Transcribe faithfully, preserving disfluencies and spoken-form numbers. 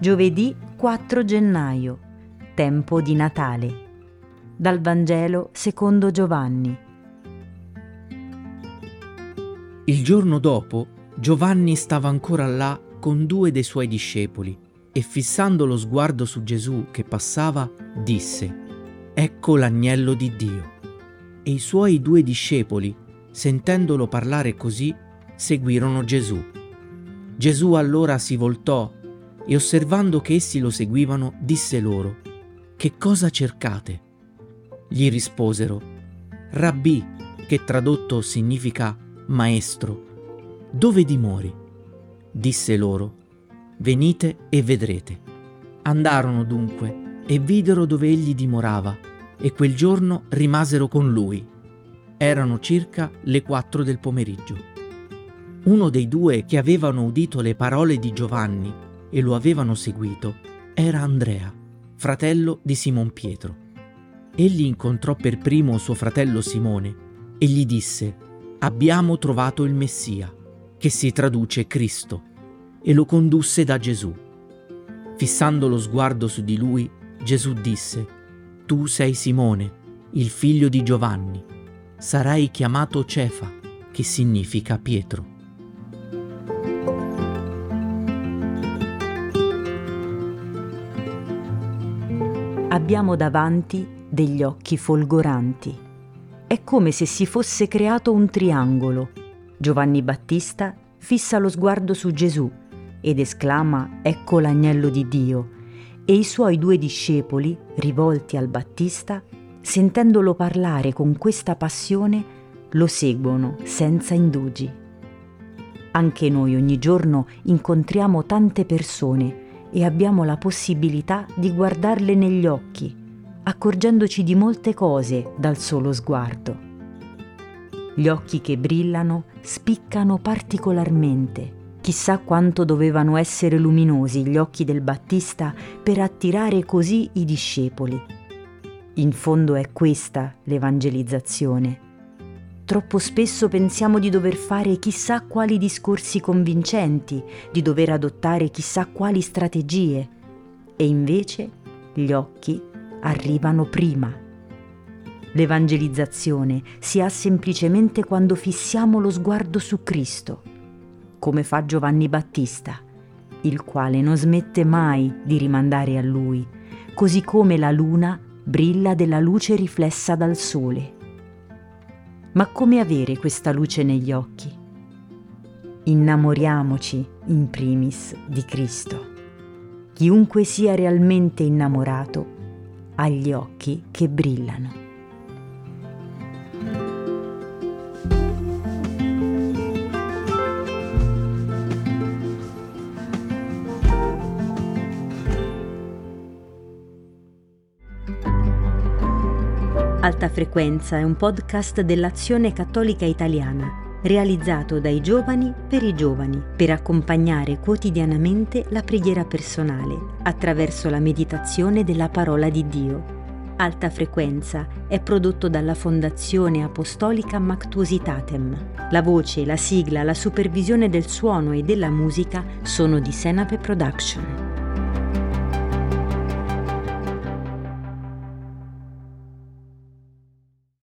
Giovedì quattro gennaio, tempo di Natale. Dal Vangelo secondo Giovanni. Il giorno dopo, Giovanni stava ancora là con due dei suoi discepoli e fissando lo sguardo su Gesù che passava, disse: «Ecco l'agnello di Dio». E i suoi due discepoli, sentendolo parlare così, seguirono Gesù. Gesù allora si voltò e osservando che essi lo seguivano, disse loro: «Che cosa cercate?» Gli risposero: «Rabbì», che tradotto significa maestro, «dove dimori?» Disse loro: «Venite e vedrete». Andarono dunque e videro dove egli dimorava e quel giorno rimasero con lui. Erano circa le quattro del pomeriggio. Uno dei due che avevano udito le parole di Giovanni e lo avevano seguito era Andrea, fratello di Simon Pietro. Egli incontrò per primo suo fratello Simone e gli disse: «Abbiamo trovato il Messia», che si traduce Cristo, e lo condusse da Gesù. Fissando lo sguardo su di lui, Gesù disse: «Tu sei Simone, il figlio di Giovanni. Sarai chiamato Cefa», che significa Pietro. Abbiamo davanti degli occhi folgoranti. È come se si fosse creato un triangolo. Giovanni Battista fissa lo sguardo su Gesù ed esclama: «Ecco l'agnello di Dio», e i suoi due discepoli, rivolti al Battista, sentendolo parlare con questa passione, lo seguono senza indugi. Anche noi ogni giorno incontriamo tante persone e abbiamo la possibilità di guardarle negli occhi, accorgendoci di molte cose dal solo sguardo. Gli occhi che brillano spiccano particolarmente. Chissà quanto dovevano essere luminosi gli occhi del Battista per attirare così i discepoli. In fondo è questa l'evangelizzazione. Troppo spesso pensiamo di dover fare chissà quali discorsi convincenti, di dover adottare chissà quali strategie, e invece gli occhi arrivano prima. L'evangelizzazione si ha semplicemente quando fissiamo lo sguardo su Cristo, come fa Giovanni Battista, il quale non smette mai di rimandare a Lui, così come la luna brilla della luce riflessa dal sole. Ma come avere questa luce negli occhi? Innamoriamoci, in primis, di Cristo. Chiunque sia realmente innamorato ha gli occhi che brillano. Alta Frequenza è un podcast dell'Azione Cattolica Italiana, realizzato dai giovani per i giovani, per accompagnare quotidianamente la preghiera personale attraverso la meditazione della parola di Dio. Alta Frequenza è prodotto dalla Fondazione Apostolica Mactuositatem. La voce, la sigla, la supervisione del suono e della musica sono di Senape Production.